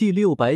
第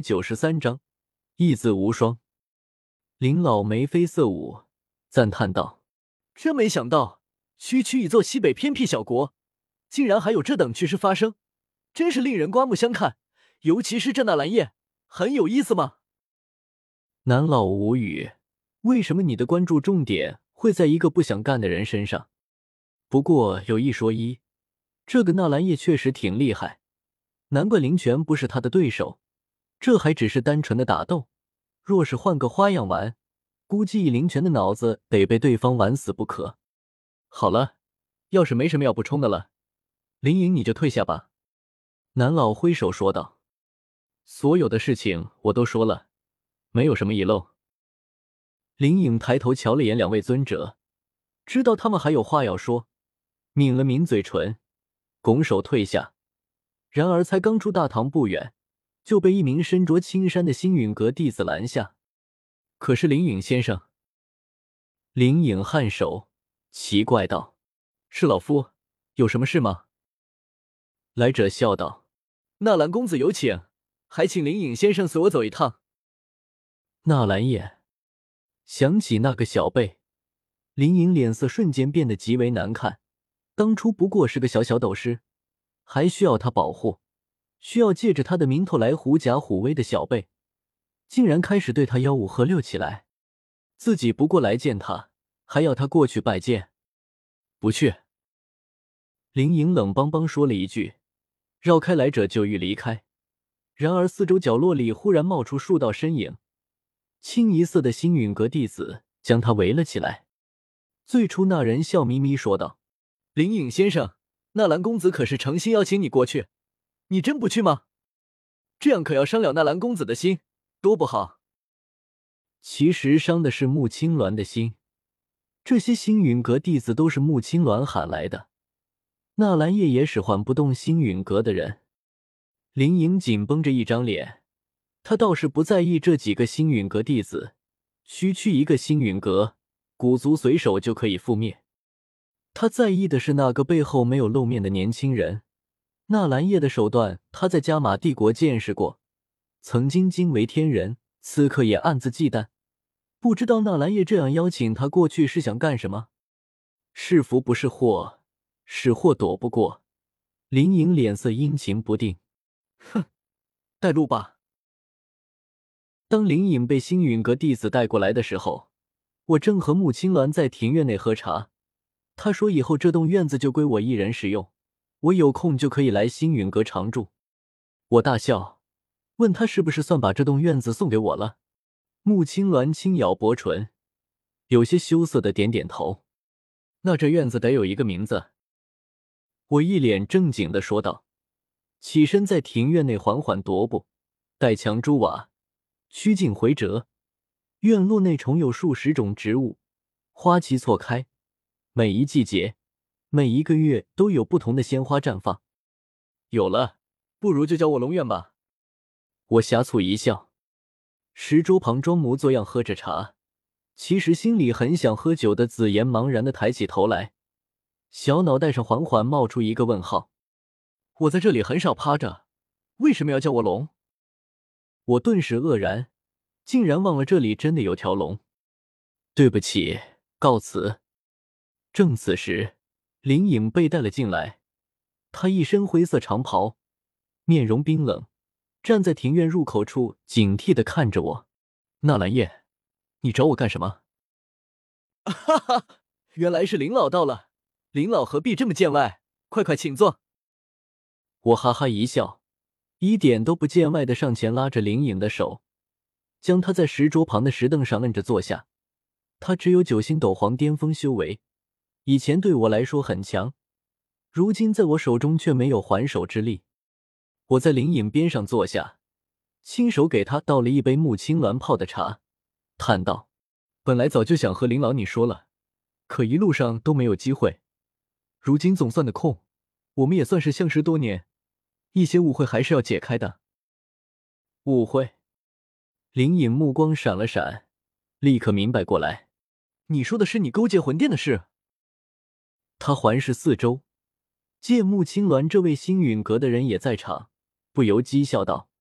693章义字无双。林老眉飞色舞，赞叹道： 真没想到，区区一座西北偏僻小国，竟然还有这等趣事发生，真是令人刮目相看。尤其是这纳兰叶，很有意思吗？ 南老无语，为什么你的关注重点会在一个不想干的人身上？不过有一说一，这个纳兰叶确实挺厉害，难怪林泉不是他的对手。这还只是单纯的打斗，若是换个花样玩，估计以林泉的脑子得被对方玩死不可。好了，要是没什么要补充的了，林颖你就退下吧。南老挥手说道。所有的事情我都说了，没有什么遗漏。林颖抬头瞧了眼两位尊者，知道他们还有话要说，抿了抿嘴唇，拱手退下。然而才刚出大堂不远，就被一名身着青衫的星陨阁弟子拦下。可是林颖先生。林颖颔首，奇怪道：是老夫，有什么事吗？来者笑道： 纳兰公子有请，还请林颖先生随我走一趟。 纳兰叶想起那个小辈，林颖脸色瞬间变得极为难看。当初不过是个小小斗师，还需要他保护，需要借着他的名头来狐假虎威的小辈，竟然开始对他吆五喝六起来。自己不过来见他，还要他过去拜见。不去。林颖冷邦邦说了一句，绕开来者就欲离开。然而四周角落里忽然冒出数道身影，清一色的星陨阁弟子将他围了起来。最初那人笑眯眯说道： 林颖先生，纳兰公子可是诚心邀请你过去，你真不去吗？这样可要伤了纳兰公子的心，多不好。 其实伤的是穆青鸾的心，这些星陨阁弟子都是穆青鸾喊来的，纳兰叶也使唤不动星陨阁的人。林颖紧绷着一张脸，他倒是不在意这几个星陨阁弟子，区区一个星陨阁，古族随手就可以覆灭。他在意的是那个背后没有露面的年轻人。纳兰叶的手段他在加玛帝国见识过，曾经惊为天人，此刻也暗自忌惮。不知道纳兰叶这样邀请他过去是想干什么？是福不是祸，是祸躲不过。林颖脸色阴晴不定。 哼，带路吧。 当林颖被星陨阁弟子带过来的时候，我正和穆青鸾在庭院内喝茶。他说以后这栋院子就归我一人使用，我有空就可以来星陨阁常住。我大笑，问他是不是算把这栋院子送给我了。穆青鸾轻咬薄唇，有些羞涩的点点头。那这院子得有一个名字。我一脸正经地说道，起身在庭院内缓缓踱步，带墙朱瓦，曲径回折，院落内重有数十种植物，花期错开，每一季节，每一个月都有不同的鲜花绽放。 有了，不如就叫卧龙院吧。 我呷醋一笑。石桌旁装模作样喝着茶，其实心里很想喝酒的紫妍茫然地抬起头来，小脑袋上缓缓冒出一个问号。 我在这里很少趴着，为什么要叫我龙？ 我顿时愕然，竟然忘了这里真的有条龙。对不起，告辞。正此时，林颖被带了进来，她一身灰色长袍，面容冰冷，站在庭院入口处，警惕地看着我。纳兰叶，你找我干什么？ 哈哈，原来是林老到了，林老何必这么见外，快快请坐。 我哈哈一笑，一点都不见外的上前拉着林颖的手，将她在石桌旁的石凳上摁着坐下。她只有9星斗皇巅峰修为，以前对我来说很强，如今在我手中却没有还手之力。我在林颖边上坐下，亲手给她倒了一杯穆青鸾泡的茶，叹道：本来早就想和林老你说了，可一路上都没有机会，如今总算得空，我们也算是相识多年，一些误会还是要解开的。误会？林颖目光闪了闪，立刻明白过来。 你说的是你勾结魂殿的事？ 他环视四周，见穆青鸾这位星陨阁的人也在场，不由讥笑道：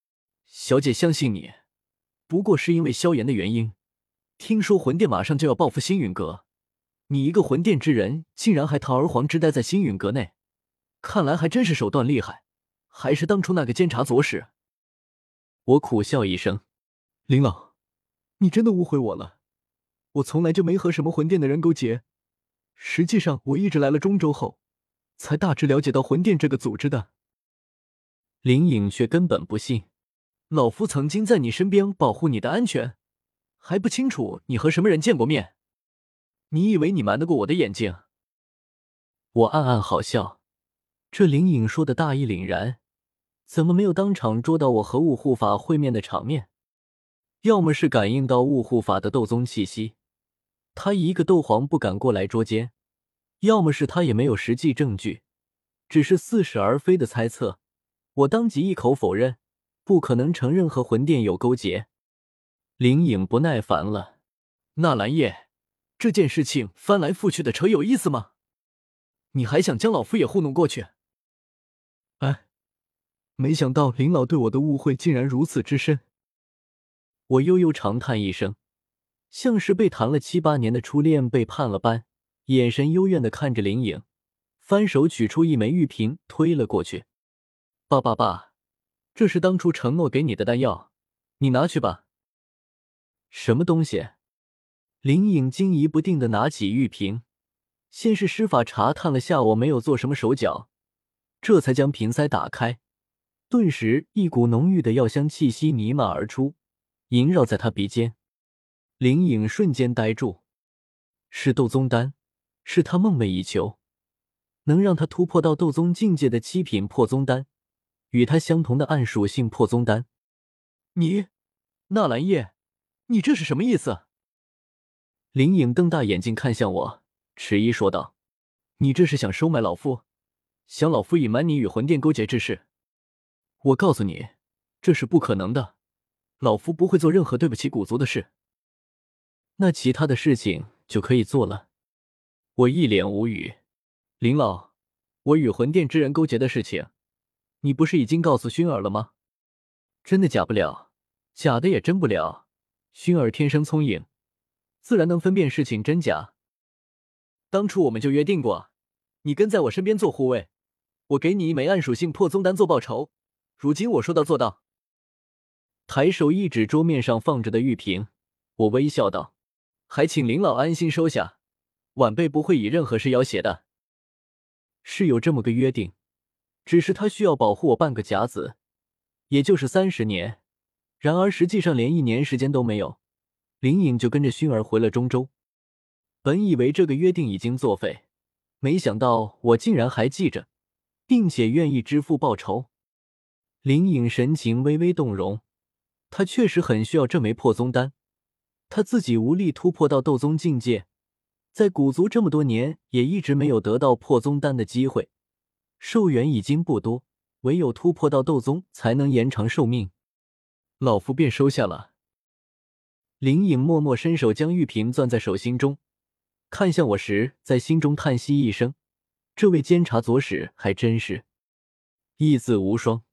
小姐相信你，不过是因为萧炎的原因。听说魂殿马上就要报复星陨阁，你一个魂殿之人，竟然还堂而皇之待在星陨阁内，看来还真是手段厉害，还是当初那个监察左使。 我苦笑一声， 林老，你真的误会我了，我从来就没和什么魂殿的人勾结。实际上，我一直来了中州后，才大致了解到魂殿这个组织的。 林颖却根本不信， 老夫曾经在你身边保护你的安全，还不清楚你和什么人见过面？你以为你瞒得过我的眼睛？ 我暗暗好笑，这林颖说的大义凛然，怎么没有当场捉到我和雾护法会面的场面？要么是感应到雾护法的斗宗气息，他一个斗皇不敢过来捉奸，要么是他也没有实际证据，只是似是而非的猜测。我当即一口否认，不可能承认和魂殿有勾结。林颖不耐烦了， 纳兰叶，这件事情翻来覆去的扯有意思吗？你还想将老夫也糊弄过去？哎，没想到林老对我的误会竟然如此之深。 我悠悠长叹一声，像是被谈了7、8年的初恋背叛了般，眼神幽怨地看着林颖，翻手取出一枚玉瓶推了过去。爸，这是当初承诺给你的丹药，你拿去吧。什么东西？林颖惊疑不定地拿起玉瓶，先是施法查探了下我没有做什么手脚，这才将瓶塞打开，顿时一股浓郁的药香气息弥漫而出，萦绕在他鼻尖。林颖瞬间呆住，是斗宗丹，是他梦寐以求，能让他突破到斗宗境界的7品破宗丹，与他相同的暗属性破宗丹。 你，纳兰叶，你这是什么意思？ 林颖瞪大眼睛看向我，迟疑说道：“ 你这是想收买老夫，想老夫隐瞒你与魂殿勾结之事？我告诉你，这是不可能的，老夫不会做任何对不起古族的事。 那其他的事情就可以做了。”我一脸无语。 林老，我与魂殿之人勾结的事情，你不是已经告诉薰儿了吗？真的假不了，假的也真不了。薰儿天生聪颖，自然能分辨事情真假。当初我们就约定过，你跟在我身边做护卫，我给你一枚暗属性破宗丹做报酬。如今我说到做到。 抬手一指桌面上放着的玉瓶，我微笑道：“ 还请林老安心收下，晚辈不会以任何事要挟的。” 是有这么个约定，只是他需要保护我半个甲子，也就是30年。然而实际上连1年时间都没有，林颖就跟着薰儿回了中州。本以为这个约定已经作废，没想到我竟然还记着，并且愿意支付报酬。林颖神情微微动容，他确实很需要这枚破宗丹，他自己无力突破到斗宗境界，在古族这么多年也一直没有得到破宗丹的机会，寿元已经不多，唯有突破到斗宗才能延长寿命。 老夫便收下了。 林颖默默伸手将玉瓶攥在手心中，看向我时在心中叹息一声，这位监察左使还真是义字无双。